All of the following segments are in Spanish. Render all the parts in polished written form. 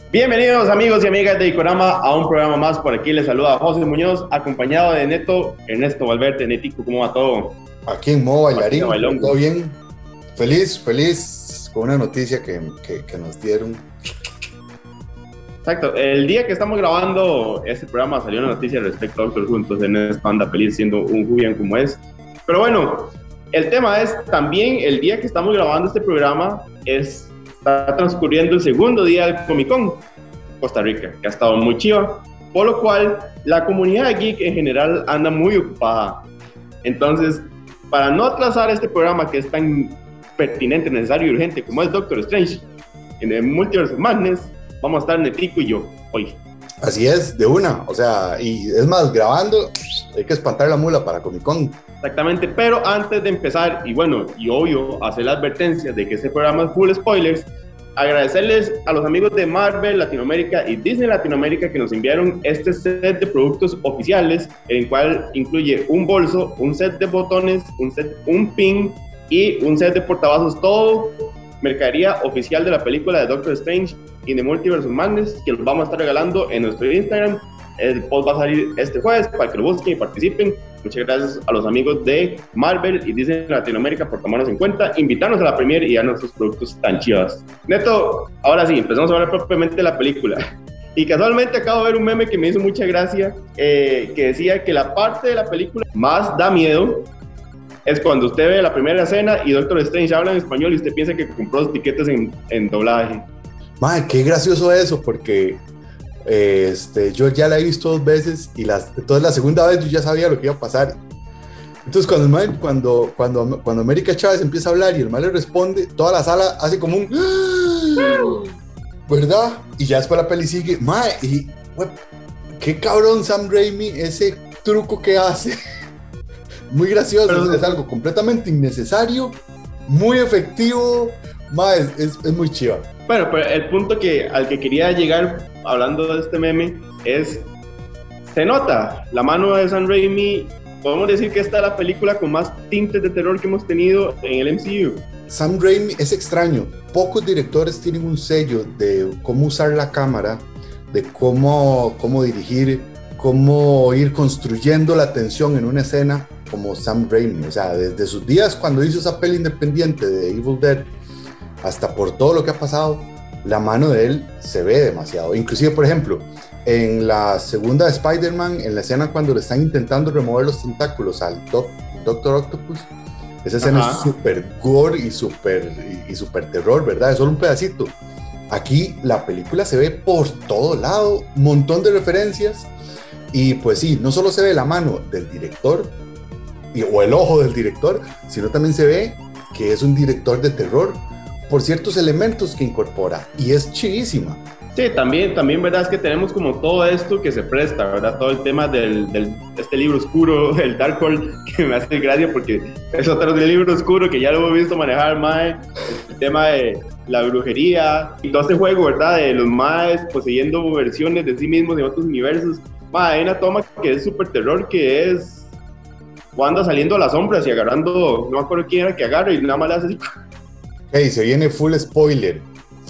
Bienvenidos amigos y amigas de Icorama a un programa más. Por aquí les saluda José Muñoz, acompañado de Neto Ernesto Valverde. Netico, ¿cómo va todo? Aquí en modo Martina bailarín, pero Bailón. todo bien. Feliz con una noticia que nos dieron. Exacto, el día que estamos grabando este programa salió una noticia respecto a Doctor Who, entonces Ernesto anda feliz siendo un Julián como es. Pero bueno, el tema es también el día que estamos grabando este programa está transcurriendo el segundo día del Comic Con Costa Rica, que ha estado muy chiva, por lo cual la comunidad geek en general anda muy ocupada. Entonces, para no atrasar este programa que es tan pertinente, necesario y urgente como es Doctor Strange en el Multiverse of Madness, vamos a estar Netico y yo hoy. Así es, de una. O sea, y es más, grabando, hay que espantar la mula para Comic Con. Exactamente, pero antes de empezar, y bueno, y obvio, hacer la advertencia de que este programa es full spoilers, agradecerles a los amigos de Marvel Latinoamérica y Disney Latinoamérica que nos enviaron este set de productos oficiales, en el cual incluye un bolso, un set de botones, un pin y un set de portavasos, todo mercadería oficial de la película de Doctor Strange in the Multiverse of Madness, que los vamos a estar regalando en nuestro Instagram. El post va a salir este jueves para que lo busquen y participen. Muchas gracias a los amigos de Marvel y Disney Latinoamérica por tomarnos en cuenta, invitarnos a la premiere y darnos nuestros productos tan chivas. Neto, ahora sí, empezamos a hablar propiamente de la película. Y casualmente acabo de ver un meme que me hizo mucha gracia, que decía que la parte de la película más da miedo es cuando usted ve la primera escena y Doctor Strange habla en español y usted piensa que compró los tiquetes en doblaje. Madre, qué gracioso eso, porque yo ya la he visto 2 veces y entonces la segunda vez yo ya sabía lo que iba a pasar. Entonces cuando América Chávez empieza a hablar y el mal le responde, toda la sala hace como un ¿verdad? Y ya después la peli sigue. Madre, y qué cabrón Sam Raimi, ese truco que hace. Muy gracioso, pero es algo completamente innecesario, muy efectivo. Madre, es muy chiva. Bueno, pero el punto al que quería llegar hablando de este meme es, se nota la mano de Sam Raimi. Podemos decir que esta es la película con más tintes de terror que hemos tenido en el MCU. Sam Raimi es extraño. Pocos directores tienen un sello de cómo usar la cámara, de cómo dirigir, cómo ir construyendo la tensión en una escena como Sam Raimi. O sea, desde sus días cuando hizo esa peli independiente de Evil Dead hasta por todo lo que ha pasado, la mano de él se ve demasiado. Inclusive, por ejemplo, en la segunda de Spider-Man, en la escena cuando le están intentando remover los tentáculos al Doctor Octopus, esa escena es súper gore y súper terror, ¿verdad? Es solo un pedacito. Aquí la película se ve por todo lado, un montón de referencias, y pues sí, no solo se ve la mano del director o el ojo del director, sino también se ve que es un director de terror por ciertos elementos que incorpora, y es chivísima. Sí, también verdad es que tenemos como todo esto que se presta, ¿verdad? Todo el tema este libro oscuro, el Darkhold, que me hace gracia porque es otro libro oscuro que ya lo hemos visto manejar, mae, el tema de la brujería y todo este juego, ¿verdad? De los maes poseyendo versiones de sí mismos en otros universos. Mae, hay una toma que es súper terror, que es Wanda saliendo a las sombras y agarrando, no me acuerdo quién era que agarra y nada más le hace así. Hey, se viene full spoiler,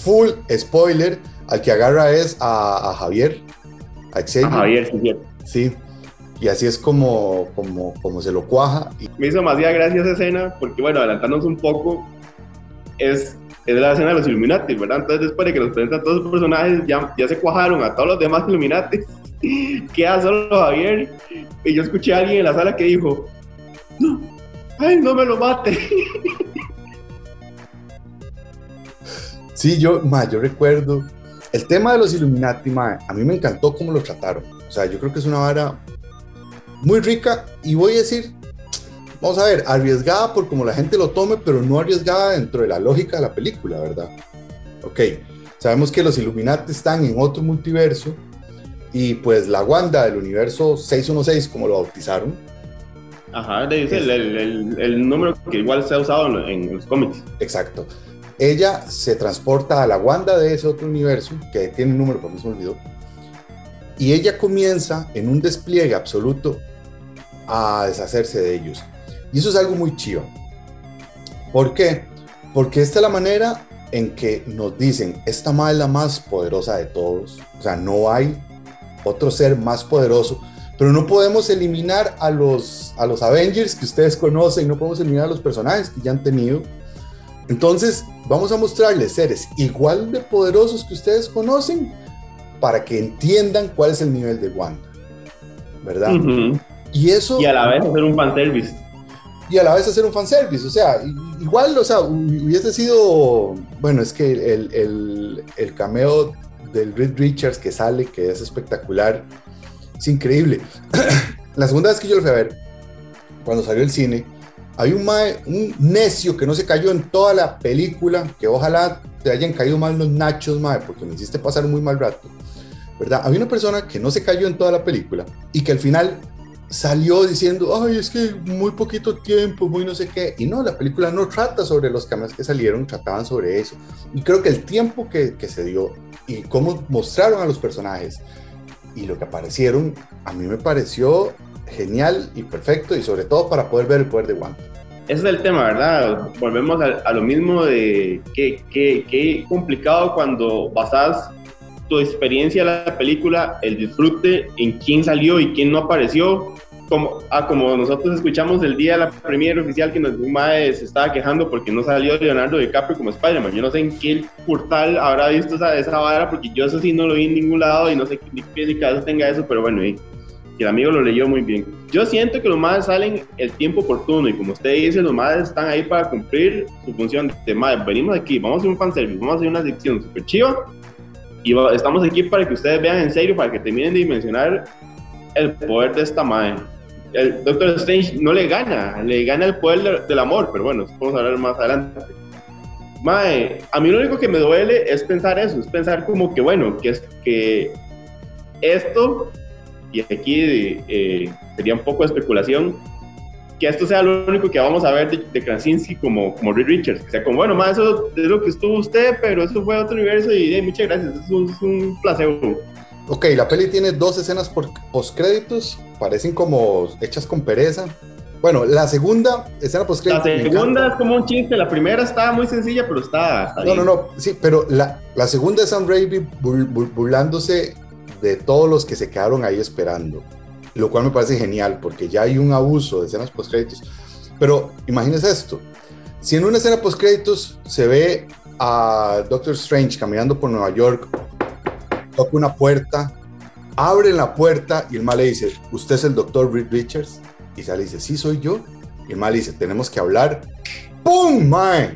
al que agarra es a Javier, a Xavier. A Javier, sí. Sí, y así es como se lo cuaja. Me hizo demasiada gracia esa escena, porque bueno, adelantándonos un poco, es la escena de los Illuminati, ¿verdad? Entonces después de que nos presentan todos los personajes, ya se cuajaron a todos los demás Illuminati, queda solo Javier, y yo escuché a alguien en la sala que dijo, no, ay, no me lo mate. Sí, yo recuerdo el tema de los Illuminati, a mí me encantó cómo lo trataron. O sea, yo creo que es una vara muy rica, y voy a decir, vamos a ver, arriesgada por como la gente lo tome, pero no arriesgada dentro de la lógica de la película, ¿verdad? Ok, sabemos que los Illuminati están en otro multiverso, y pues la Wanda del universo 616, como lo bautizaron. Ajá, dice el número que igual se ha usado en los cómics. Exacto. Ella se transporta a la Wanda de ese otro universo, que tiene un número, pero no se me olvidó, y ella comienza en un despliegue absoluto a deshacerse de ellos. Y eso es algo muy chido. ¿Por qué? Porque esta es la manera en que nos dicen, esta mae es la más poderosa de todos, o sea, no hay otro ser más poderoso, pero no podemos eliminar a los Avengers que ustedes conocen, no podemos eliminar a los personajes que ya han tenido. Entonces, vamos a mostrarles seres igual de poderosos que ustedes conocen para que entiendan cuál es el nivel de Wanda, ¿verdad? Y eso... Y a la vez hacer un fanservice. Y a la vez hacer un fanservice, o sea, igual, o sea, hubiese sido... Bueno, es que el cameo del Reed Richards que sale, que es espectacular, es increíble. La segunda vez que yo lo fui a ver, cuando salió el cine, hay un necio que no se cayó en toda la película, que ojalá te hayan caído mal los nachos, mae, porque me hiciste pasar un muy mal rato, ¿verdad? Había una persona que no se cayó en toda la película y que al final salió diciendo, ay, es que muy poquito tiempo, muy no sé qué, y no, la película no trata sobre los cameos que salieron, trataban sobre eso, y creo que el tiempo que se dio y cómo mostraron a los personajes y lo que aparecieron, a mí me pareció genial y perfecto, y sobre todo para poder ver el poder de Wanda. Ese es el tema, ¿verdad? Volvemos a lo mismo de que complicado cuando basas tu experiencia de la película, el disfrute en quién salió y quién no apareció, como nosotros escuchamos el día de la premiere oficial que un mae se estaba quejando porque no salió Leonardo DiCaprio como Spider-Man. Yo no sé en qué portal habrá visto esa vara, porque yo eso sí no lo vi en ningún lado y no sé ni qué caso tenga eso, pero bueno, que el amigo lo leyó muy bien. Yo siento que los maes salen el tiempo oportuno y como usted dice, los maes están ahí para cumplir su función de maes. Venimos aquí, vamos a hacer un fanservice, vamos a hacer una sección super chiva y estamos aquí para que ustedes vean en serio, para que terminen de dimensionar el poder de esta mae. El Doctor Strange no le gana el poder del amor, pero bueno, vamos a hablar más adelante. Mae, a mí lo único que me duele es pensar eso, es pensar como que bueno, que esto, y aquí sería un poco de especulación, que esto sea lo único que vamos a ver de Krasinski como Reed Richards, que sea como, bueno, más eso es lo que estuvo usted, pero eso fue otro universo y muchas gracias, eso es un placebo. Ok, la peli tiene 2 escenas postcréditos, parecen como hechas con pereza. Bueno, la segunda escena postcréditos... La segunda es como un chiste, la primera está muy sencilla, pero está bien. No, sí, pero la segunda es Sam Raimi burlándose de todos los que se quedaron ahí esperando, lo cual me parece genial, porque ya hay un abuso de escenas postcréditos. Pero imagínense esto, si en una escena postcréditos se ve a Doctor Strange caminando por Nueva York, toca una puerta, abren la puerta y el mal le dice, ¿usted es el doctor Reed Richards? Y sale y dice, sí, soy yo. Y el mal le dice, tenemos que hablar. ¡Pum, mae!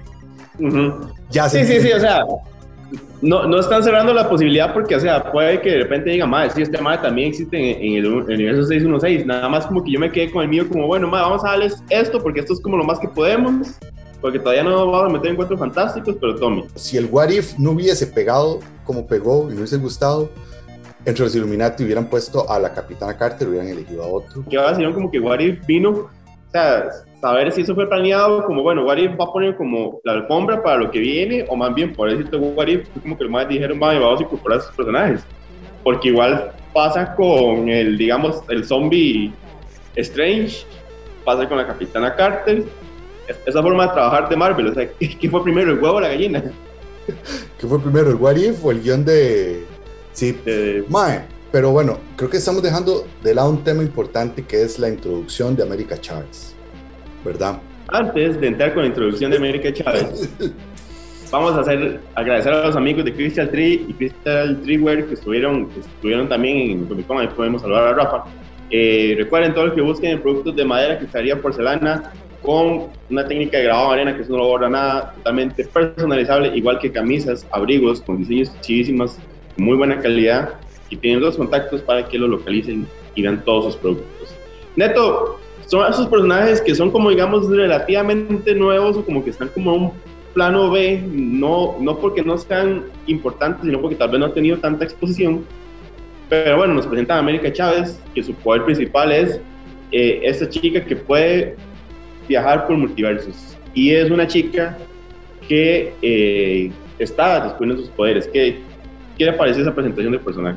Ya sí, o sea, no están cerrando la posibilidad porque, o sea, puede que de repente digan, mae, sí, este mae también existe en el universo 616. Nada más como que yo me quedé con el mío como, bueno, mae, vamos a darles esto porque esto es como lo más que podemos, porque todavía no vamos a meter en Cuatro Fantásticos, pero tome. Si el What If no hubiese pegado como pegó y no hubiese gustado, entre los Illuminati hubieran puesto a la Capitana Carter, hubieran elegido a otro. Que ahora sería como que What If vino, o sea, saber si eso fue planeado, como bueno, What If va a poner como la alfombra para lo que viene, o más bien, por decirte, What If, como que los más dijeron, vamos a incorporar a esos personajes, porque igual pasa con el, digamos, el zombie Strange, pasa con la Capitana Carter, esa forma de trabajar de Marvel, o sea, ¿qué fue primero, el huevo o la gallina? ¿Qué fue primero, el What If o el guión de...? Sí, mae, pero bueno, creo que estamos dejando de lado un tema importante que es la introducción de América Chávez, ¿verdad? Antes de entrar con la introducción de América Chávez, vamos a agradecer a los amigos de Crystal Tree y Crystal Treeware que estuvieron también en Comic Con. Ahí podemos saludar a Rafa. Recuerden, todos los que busquen productos de madera, cristalería, porcelana, con una técnica de grabado de arena que eso no lo borra nada, totalmente personalizable, igual que camisas, abrigos con diseños chivísimas, de muy buena calidad, y tienen los contactos para que lo localicen y vean todos sus productos. Neto, son esos personajes que son como, digamos, relativamente nuevos o como que están como en un plano B, no porque no sean importantes, sino porque tal vez no han tenido tanta exposición. Pero bueno, nos presentan a América Chávez, que su poder principal es esta chica que puede viajar por multiversos. Y es una chica que está descubriendo sus poderes. ¿Qué le parece esa presentación del personaje?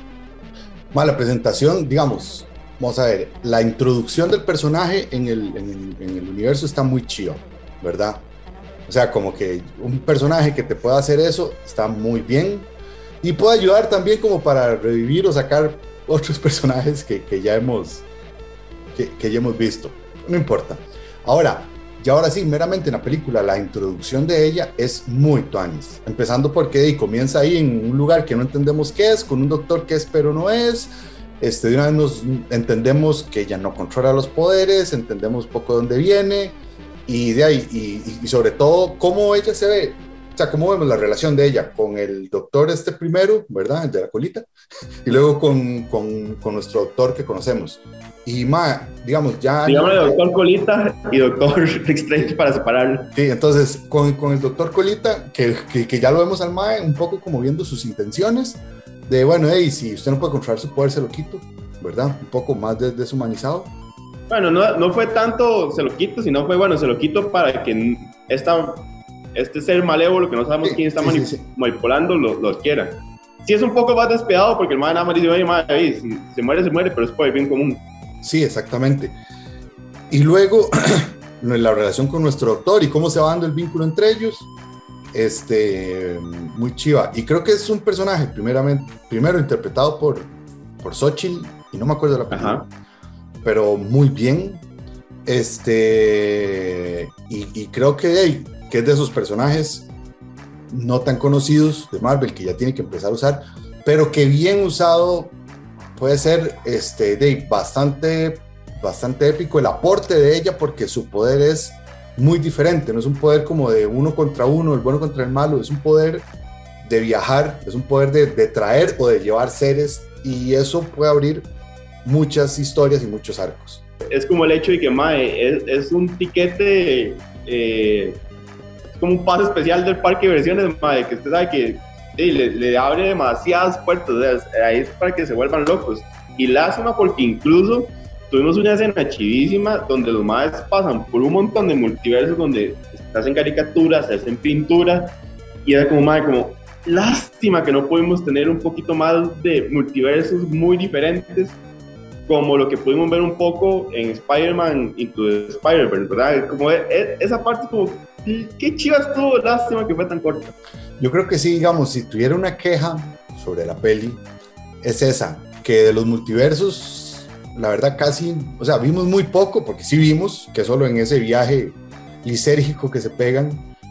La presentación, digamos, vamos a ver, la introducción del personaje en el universo está muy chido, ¿verdad? O sea, como que un personaje que te pueda hacer eso está muy bien y puede ayudar también como para revivir o sacar otros personajes que ya hemos visto. No importa. Ahora, y ahora sí, meramente en la película, la introducción de ella es muy tuanis. Empezando porque comienza ahí en un lugar que no entendemos qué es, con un doctor que es pero no es. De una vez nos entendemos que ella no controla los poderes, entendemos un poco de dónde viene y de ahí, y sobre todo cómo ella se ve, o sea, cómo vemos la relación de ella con el doctor primero, ¿verdad? El de la colita, y luego con nuestro doctor que conocemos. Y digamos, ya... Digamos doctor Colita y doctor Strange para separarlo. Sí, entonces, con el doctor Colita, que ya lo vemos al mae un poco como viendo sus intenciones, de bueno, hey, si usted no puede controlar su poder, se lo quito, ¿verdad? Un poco más deshumanizado. Bueno, no fue tanto se lo quito, sino fue, bueno, se lo quito para que este ser malévolo, que no sabemos quién está manipulando, lo quiera. Sí es un poco más despiadado, porque el mae nada más dice, oye, mae, si se muere, pero es por el bien común. Sí, exactamente. Y luego, la relación con nuestro doctor y cómo se va dando el vínculo entre ellos, muy chiva. Y creo que es un personaje, primero interpretado por Xochitl, y no me acuerdo de la película, pero muy bien. Y creo que es de esos personajes no tan conocidos de Marvel, que ya tiene que empezar a usar, pero que bien usado puede ser bastante épico el aporte de ella, porque su poder es muy diferente, no es un poder como de uno contra uno, el bueno contra el malo, es un poder de viajar, es un poder de traer o de llevar seres, y eso puede abrir muchas historias y muchos arcos. Es como el hecho de que es un tiquete, es como un pase especial del parque de diversiones, que usted sabe que le abre demasiadas puertas, o sea, ahí es para que se vuelvan locos. Y lástima porque incluso tuvimos una escena chivísima donde los maes pasan por un montón de multiversos donde se hacen caricaturas, se hacen pintura, y era como lástima que no pudimos tener un poquito más de multiversos muy diferentes, como lo que pudimos ver un poco en Spider-Man Into the Spider-Verse, ¿verdad? Como esa parte, como qué chivas estuvo, lástima que fue tan corta. Yo creo que sí, digamos, si tuviera una queja sobre la peli, es esa, que de los multiversos, la verdad casi, o sea, vimos muy poco, porque sí vimos que solo en ese viaje lisérgico que se pegan,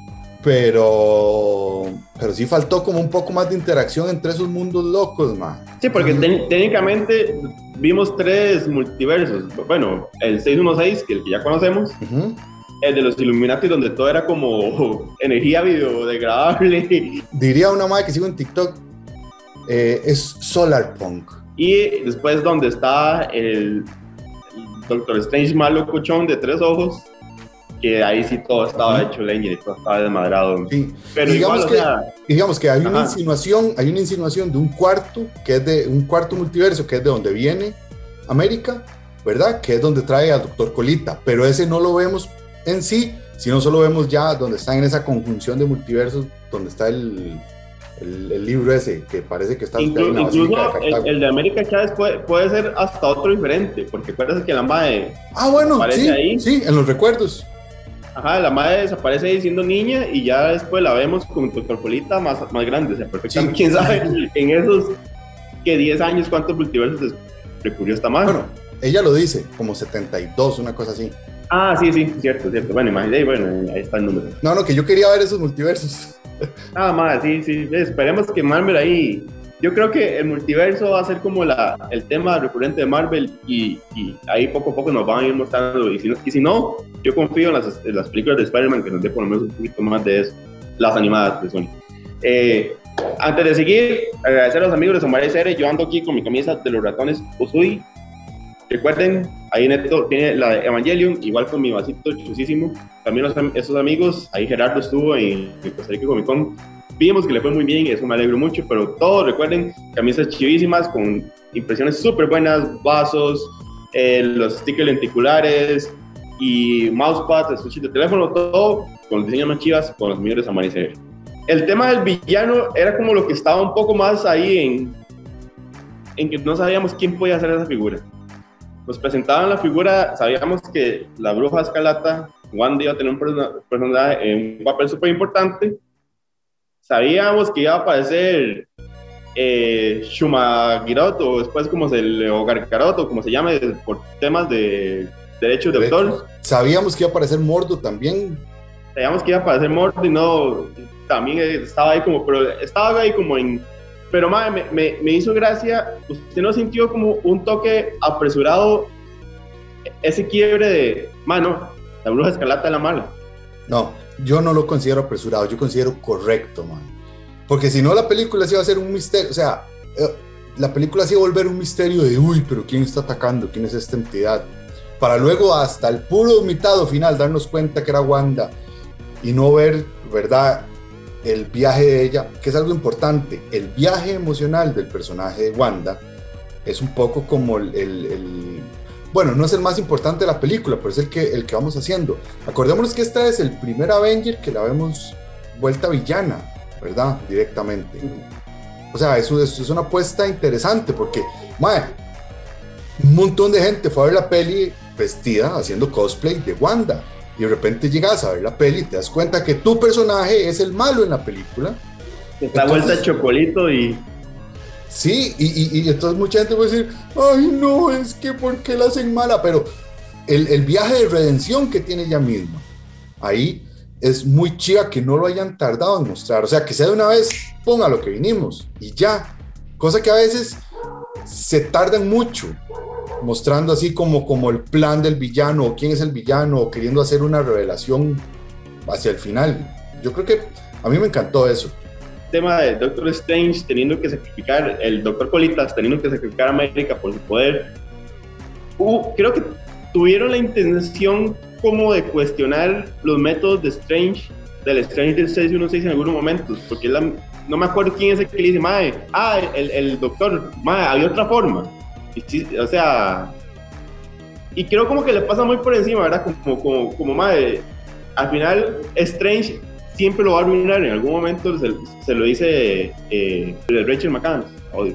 pero sí faltó como un poco más de interacción entre esos mundos locos, man. Sí, porque técnicamente vimos 3 multiversos, bueno, el 616, que el que ya conocemos, el de los Illuminati, donde todo era como energía biodegradable. Diría una madre que sigo en TikTok, es Solarpunk. Y después donde está el Doctor Strange malo cochón de 3 ojos, que ahí sí todo estaba hecho leña y todo estaba desmadrado. Sí. Pero digamos que hay una insinuación de un cuarto, que es de un cuarto multiverso, que es de donde viene América, ¿verdad? Que es donde trae al Doctor Colita, pero ese no lo vemos en sí, sino solo vemos ya donde están en esa conjunción de multiversos, donde está el libro ese, que parece que está incluso el de América Chávez puede ser hasta otro diferente, porque acuérdate que la madre aparece ahí. Sí, en los recuerdos. Ajá, la madre desaparece ahí siendo niña y ya después la vemos con Doctor Colita más grande, o sea, perfectamente, quién sabe en esos 10 años cuántos multiversos descubrió esta madre. Bueno, ella lo dice, como 72, una cosa así. Ah, sí, cierto. Bueno, imagínate, ahí está el número. No, que yo quería ver esos multiversos. Ah, madre, sí, esperemos que Marvel ahí... Yo creo que el multiverso va a ser como el tema recurrente de Marvel y ahí poco a poco nos van a ir mostrando. Y si no, yo confío en las películas de Spider-Man que nos dé por lo menos un poquito más de eso, las animadas de Sony. Antes de seguir, agradecer a los amigos de Somare Cere. Yo ando aquí con mi camisa de los ratones Usui. Recuerden, ahí Neto tiene la de Evangelion, igual con mi vasito chusísimo. También esos amigos, ahí Gerardo estuvo en Costa Rica Comic Con. Vimos que le fue muy bien, eso me alegro mucho, pero todos recuerden, camisas chivísimas con impresiones súper buenas, vasos, los stickers lenticulares y mousepads, estuches de teléfono, todo con los diseños más chivas, con los amigos de Amanecer. El tema del villano era como lo que estaba un poco más ahí en que no sabíamos quién podía hacer esa figura. Nos presentaban la figura, sabíamos que la Bruja Escarlata, Wanda iba a tener un papel súper importante. Sabíamos que iba a aparecer Shumagirot, o después o Gargarot, o como se llame, por temas de derechos de autor. Sabíamos que iba a aparecer Mordo también. Sabíamos que iba a aparecer Mordo y no, también estaba ahí como en... Pero madre, me hizo gracia. ¿Usted no sintió como un toque apresurado ese quiebre de, mano, la Bruja Escarlata es la mala? No, yo no lo considero apresurado, yo considero correcto, man. Porque si no, la película se iba a hacer un misterio, o sea, la película se iba a volver un misterio de, uy, pero ¿quién está atacando? ¿Quién es esta entidad? Para luego, hasta el puro mitad final, darnos cuenta que era Wanda y no ver, ¿verdad?, el viaje de ella, que es algo importante. El viaje emocional del personaje de Wanda es un poco como bueno, no es el más importante de la película, pero es el que vamos haciendo. Acordémonos que esta es el primer Avenger que la vemos vuelta villana, ¿verdad? Directamente. O sea, eso es una apuesta interesante porque, madre, un montón de gente fue a ver la peli vestida, haciendo cosplay de Wanda. Y de repente llegas a ver la peli y te das cuenta que tu personaje es el malo en la película. Está vuelta chocolito y... Sí, y entonces mucha gente puede decir, ay no, es que ¿por qué la hacen mala? Pero el viaje de redención que tiene ella misma, ahí es muy chiva que no lo hayan tardado en mostrar. O sea, que sea de una vez, ponga lo que vinimos y ya. Cosa que a veces se tardan mucho mostrando así como el plan del villano, o quién es el villano, o queriendo hacer una revelación hacia el final. Yo creo que a mí me encantó eso. El tema de Doctor Strange teniendo que sacrificar, el Doctor Colitas teniendo que sacrificar a América por su poder. Creo que tuvieron la intención como de cuestionar los métodos de Strange, del Strange del 616 en algunos momentos, porque no me acuerdo quién es el que le dice, el doctor, había otra forma. O sea, y creo como que le pasa muy por encima, ¿verdad? Como madre, al final Strange siempre lo va a arruinar, en algún momento se lo dice Rachel McAdams.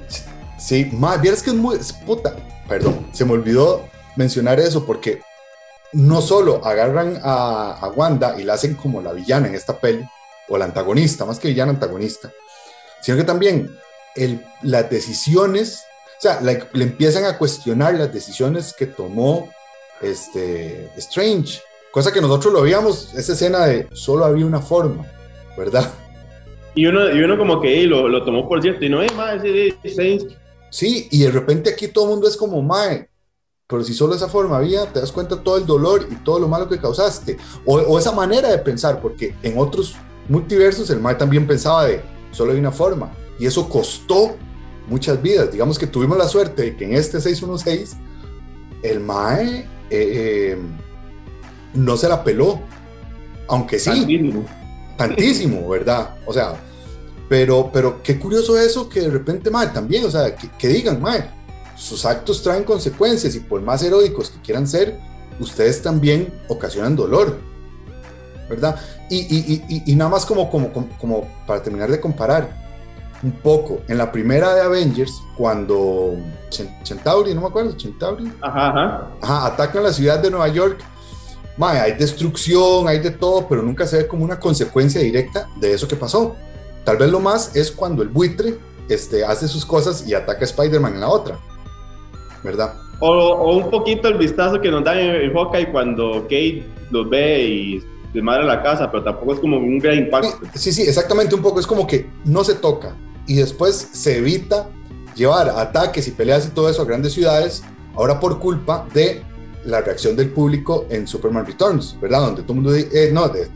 Sí, madre, vieras que es muy... Puta, perdón, se me olvidó mencionar eso, porque no solo agarran a Wanda y la hacen como la villana en esta peli, o la antagonista, más que villana, antagonista, sino que también las decisiones... O sea, le empiezan a cuestionar las decisiones que tomó Strange, cosa que nosotros lo veíamos, esa escena de solo había una forma, ¿verdad? Y uno como que lo tomó por cierto, y no es más Strange. Sí, y de repente aquí todo el mundo es como, mae, pero si solo esa forma había, te das cuenta todo el dolor y todo lo malo que causaste, o esa manera de pensar, porque en otros multiversos el mae también pensaba de solo hay una forma, y eso costó muchas vidas. Digamos que tuvimos la suerte de que en este 616 el mae no se la peló, aunque sí, tantísimo, ¿verdad? O sea, pero qué curioso eso, que de repente, mae, también, o sea, que digan, mae, sus actos traen consecuencias y por más heroicos que quieran ser, ustedes también ocasionan dolor, ¿verdad? Y nada más como para terminar de comparar un poco, en la primera de Avengers, cuando Chentauri, no me acuerdo, Chentauri, atacan la ciudad de Nueva York, mae, hay destrucción, hay de todo, pero nunca se ve como una consecuencia directa de eso que pasó. Tal vez lo más es cuando el buitre hace sus cosas y ataca a Spider-Man en la otra, ¿verdad? O un poquito el vistazo que nos dan en Hawkeye cuando Kate los ve y desmadra la casa, pero tampoco es como un gran impacto. Sí, exactamente, un poco, es como que no se toca, y después se evita llevar ataques y peleas y todo eso a grandes ciudades, ahora por culpa de la reacción del público en Superman Returns, ¿verdad? Donde todo el mundo dice,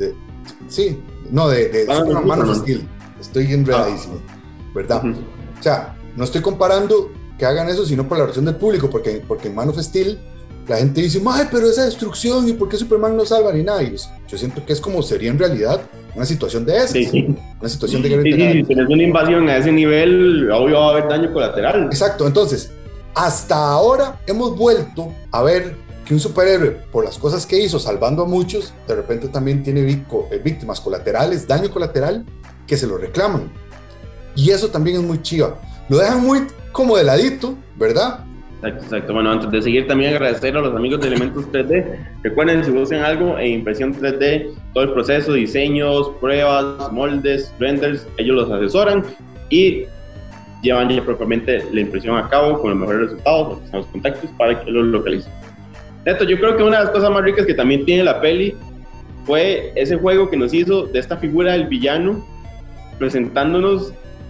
Superman Man of Steel, estoy enredadísimo, ¿verdad? O sea, no estoy comparando que hagan eso, sino por la reacción del público, porque en Man of Steel la gente dice, ¡ay, pero esa destrucción! ¿Y por qué Superman no salva ni nada? Y yo siento que es como sería en realidad una situación de esas, una situación de guerra integral. Si tienes una invasión a ese nivel, obvio va a haber daño colateral. Exacto, entonces, hasta ahora hemos vuelto a ver que un superhéroe, por las cosas que hizo, salvando a muchos, de repente también tiene víctimas colaterales, daño colateral, que se lo reclaman. Y eso también es muy chiva. Lo dejan muy como de ladito, ¿verdad? Exacto, exacto. Bueno, antes de seguir, también agradecer a los amigos de Elementos 3D. Recuerden, si buscan algo en impresión 3D, todo el proceso, diseños, pruebas, moldes, renders, ellos los asesoran y llevan ya propiamente la impresión a cabo con los mejores resultados, los contactos para que los localicen. Neto, yo creo que una de las cosas más ricas que también tiene la peli fue ese juego que nos hizo de esta figura del villano, presentándonos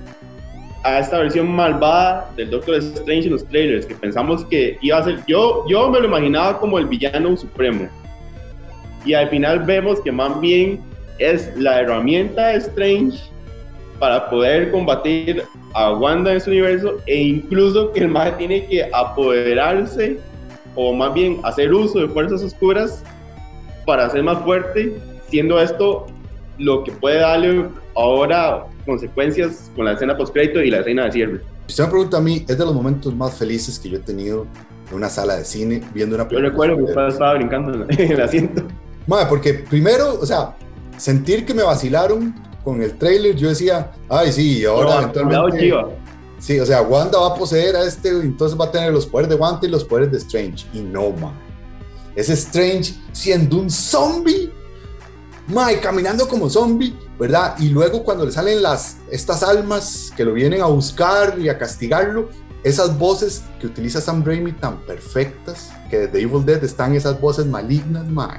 a esta versión malvada del Doctor Strange en los trailers, que pensamos que iba a ser, yo me lo imaginaba como el villano supremo, y al final vemos que más bien es la herramienta de Strange para poder combatir a Wanda en su universo, e incluso que el mago tiene que apoderarse, o más bien hacer uso de fuerzas oscuras para ser más fuerte, siendo esto lo que puede darle ahora consecuencias con la escena postcrédito y la escena de cierre. Si usted me pregunta a mí, es de los momentos más felices que yo he tenido en una sala de cine viendo una película. Yo recuerdo que estaba brincando en el asiento. Madre, porque primero, o sea, sentir que me vacilaron con el trailer, yo decía, ay sí, ahora eventualmente... Sí, o sea, Wanda va a poseer a este, entonces va a tener los poderes de Wanda y los poderes de Strange. Y no, man. Es Strange siendo un zombie, mae, caminando como zombie, ¿verdad? Y luego cuando le salen estas almas que lo vienen a buscar y a castigarlo, esas voces que utiliza Sam Raimi tan perfectas, que desde Evil Dead están esas voces malignas, mae.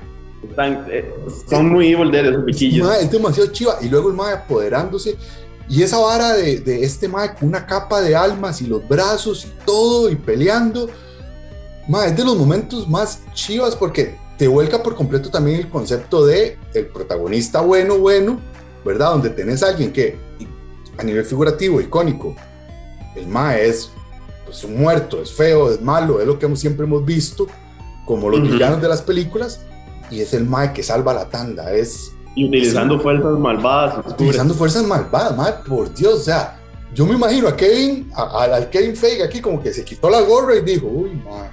Son muy Evil Dead esos bichillos. Mae, es demasiado chiva. Y luego el mae apoderándose, y esa vara de este mae con una capa de almas y los brazos y todo, y peleando, mae, es de los momentos más chivas porque te vuelca por completo también el concepto de el protagonista bueno, ¿verdad? Donde tenés a alguien que, a nivel figurativo, icónico, el mae es pues, un muerto, es feo, es malo, es lo que siempre hemos visto, como los villanos de las películas, y es el mae que salva la tanda, y utilizando fuerzas malvadas. Utilizando fuerzas malvadas, mae, por Dios, o sea, yo me imagino a Kevin, al Kevin Feige aquí, como que se quitó la gorra y dijo, uy, mae,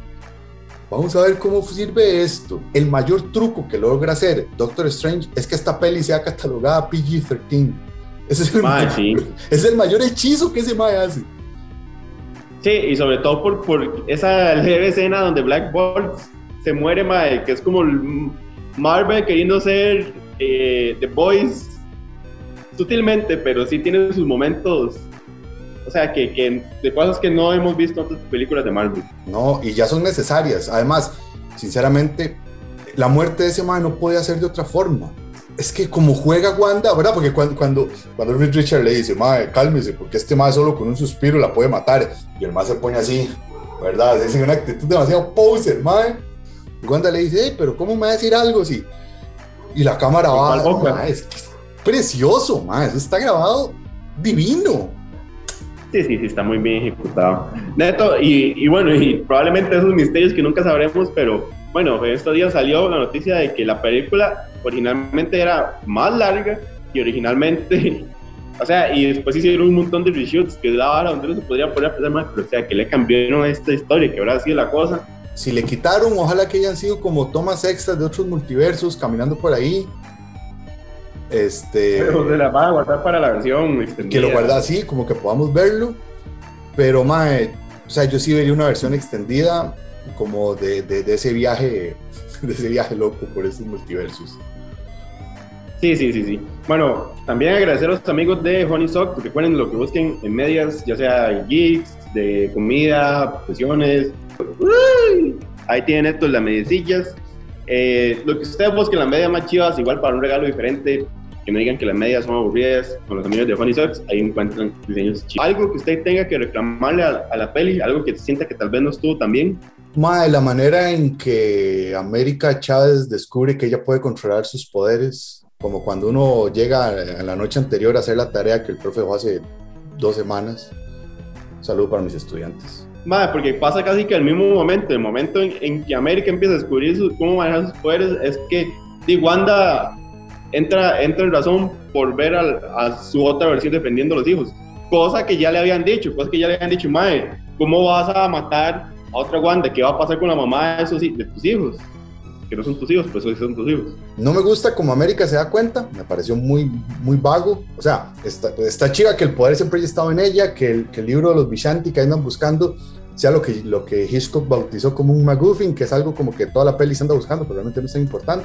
vamos a ver cómo sirve esto. El mayor truco que logra hacer Doctor Strange es que esta peli sea catalogada PG-13. Ese es el mayor hechizo que ese mae hace. Sí, y sobre todo por esa leve escena donde Black Bolt se muere, mae, que es como Marvel queriendo ser The Boys sutilmente, pero sí tiene sus momentos. O sea, que de cosas que no hemos visto en otras películas de Marvel. No, y ya son necesarias. Además, sinceramente, la muerte de ese mae no podía ser de otra forma. Es que como juega Wanda, ¿verdad? Porque cuando Reed Richards le dice, mae, cálmese, porque este mae solo con un suspiro la puede matar. Y el mae se pone así, ¿verdad? Es una actitud demasiado poser, mae. Y Wanda le dice, hey, pero ¿cómo me va a decir algo así? Y la cámara va, mae, es precioso, mae. Eso está grabado divino. Sí, está muy bien ejecutado. Neto, y bueno, y probablemente esos misterios que nunca sabremos, pero bueno, en estos días salió la noticia de que la película originalmente era más larga y originalmente, o sea, y después hicieron un montón de reshoots que daba donde no se podría poner a pensar más, pero o sea, que le cambiaron a esta historia, que habrá sido la cosa. Si le quitaron, ojalá que hayan sido como tomas extras de otros multiversos caminando por ahí. Pero se la van a guardar para la versión extendida. Que lo guarda así, como que podamos verlo. Pero, mae, o sea, yo sí vería una versión extendida como de ese viaje, de ese viaje loco por esos multiversos. Sí. Bueno, también agradecer a los amigos de Honey Sock, porque recuerden lo que busquen en medias, ya sea geeks, de comida, profesiones. Ahí tienen estos las mediecillas. Lo que ustedes busquen, las medias más chivas, igual para un regalo diferente, que no digan que las medias son aburridas, con los amigos de Honey Socks, ahí encuentran diseños chivos. Algo que usted tenga que reclamarle a la peli, algo que sienta que tal vez no estuvo tan bien. Mae, la manera en que América Chávez descubre que ella puede controlar sus poderes, como cuando uno llega en la noche anterior a hacer la tarea que el profe dejó hace 2 semanas. Saludo para mis estudiantes. Madre, porque pasa casi que al mismo momento, el momento en que América empieza a descubrir cómo manejar sus poderes, es que Wanda entra en razón por ver a su otra versión defendiendo a los hijos, cosa que ya le habían dicho, madre, ¿cómo vas a matar a otra Wanda? ¿Qué va a pasar con la mamá de tus hijos? Que no son tus hijos, pues son tus hijos. No me gusta como América se da cuenta, me pareció muy vago. O sea, está chiva que el poder siempre haya estado en ella, que el libro de los Vishanti que andan buscando sea lo que Hitchcock bautizó como un MacGuffin, que es algo como que toda la peli se anda buscando, pero realmente no es tan importante.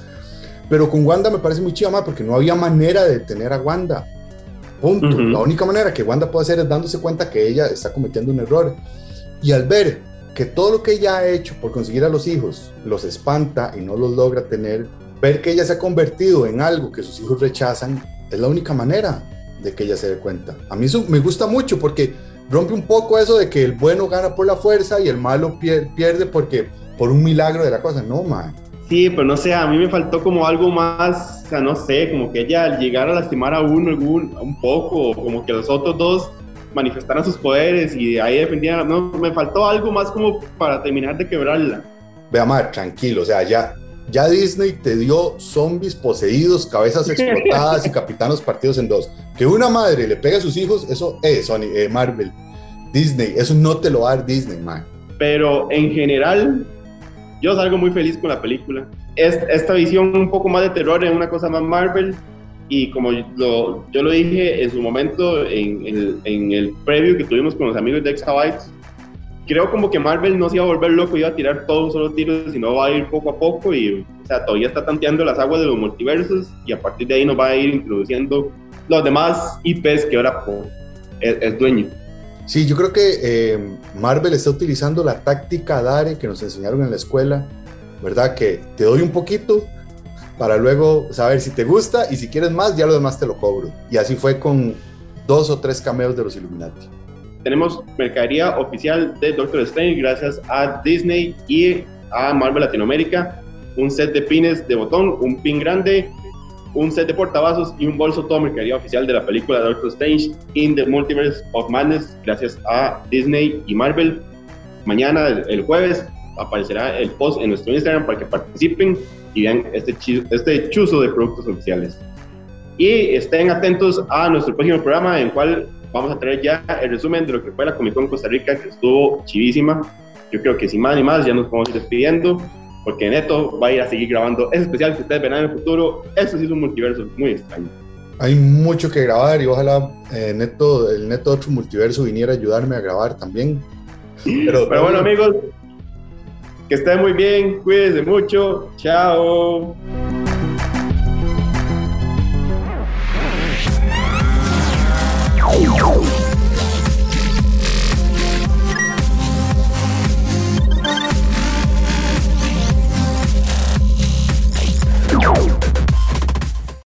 Pero con Wanda me parece muy chido, más porque no había manera de detener a Wanda. Punto. La única manera que Wanda puede hacer es dándose cuenta que ella está cometiendo un error. Y al ver que todo lo que ella ha hecho por conseguir a los hijos los espanta y no los logra tener, ver que ella se ha convertido en algo que sus hijos rechazan, es la única manera de que ella se dé cuenta. A mí eso me gusta mucho porque rompe un poco eso de que el bueno gana por la fuerza y el malo pierde por un milagro de la cosa. No, man. Sí, pero no sé, a mí me faltó como algo más, o sea, no sé, como que ella al llegar a lastimar a uno un poco, o como que los otros dos manifestaran sus poderes y ahí defendían, no, me faltó algo más como para terminar de quebrarla. Vea, Mar, tranquilo, o sea, ya Disney te dio zombies poseídos, cabezas explotadas y capitanos partidos en dos. Que una madre le pegue a sus hijos, eso es Marvel, Disney, eso no te lo va a dar Disney, man. Pero en general, yo salgo muy feliz con la película. Esta visión un poco más de terror es una cosa más Marvel, y como yo lo dije en su momento en el preview que tuvimos con los amigos de Exabytes, creo como que Marvel no se iba a volver loco, iba a tirar todo un solo tiro, sino va a ir poco a poco y, o sea, todavía está tanteando las aguas de los multiversos y a partir de ahí nos va a ir introduciendo los demás IPs que ahora es dueño. Sí, yo creo que Marvel está utilizando la táctica Dare que nos enseñaron en la escuela, ¿verdad? Que te doy un poquito para luego saber si te gusta y si quieres más, ya lo demás te lo cobro. Y así fue con 2 o 3 cameos de los Illuminati. Tenemos mercadería oficial de Doctor Strange gracias a Disney y a Marvel Latinoamérica, un set de pines de botón, un pin grande, un set de portavasos y un bolso, todo mercadería oficial de la película Doctor Strange in the Multiverse of Madness gracias a Disney y Marvel. Mañana, el jueves, aparecerá el post en nuestro Instagram para que participen y vean este chuzo de productos oficiales. Y estén atentos a nuestro próximo programa en el cual vamos a traer ya el resumen de lo que fue la Comic Con Costa Rica, que estuvo chivísima. Yo creo que sin más ni más ya nos podemos ir despidiendo, porque Neto va a ir a seguir grabando ese especial que ustedes verán en el futuro. Esto sí es un multiverso muy extraño. Hay mucho que grabar y ojalá el Neto de otro multiverso viniera a ayudarme a grabar también. Pero bueno, amigos, que estén muy bien, cuídense mucho, chao.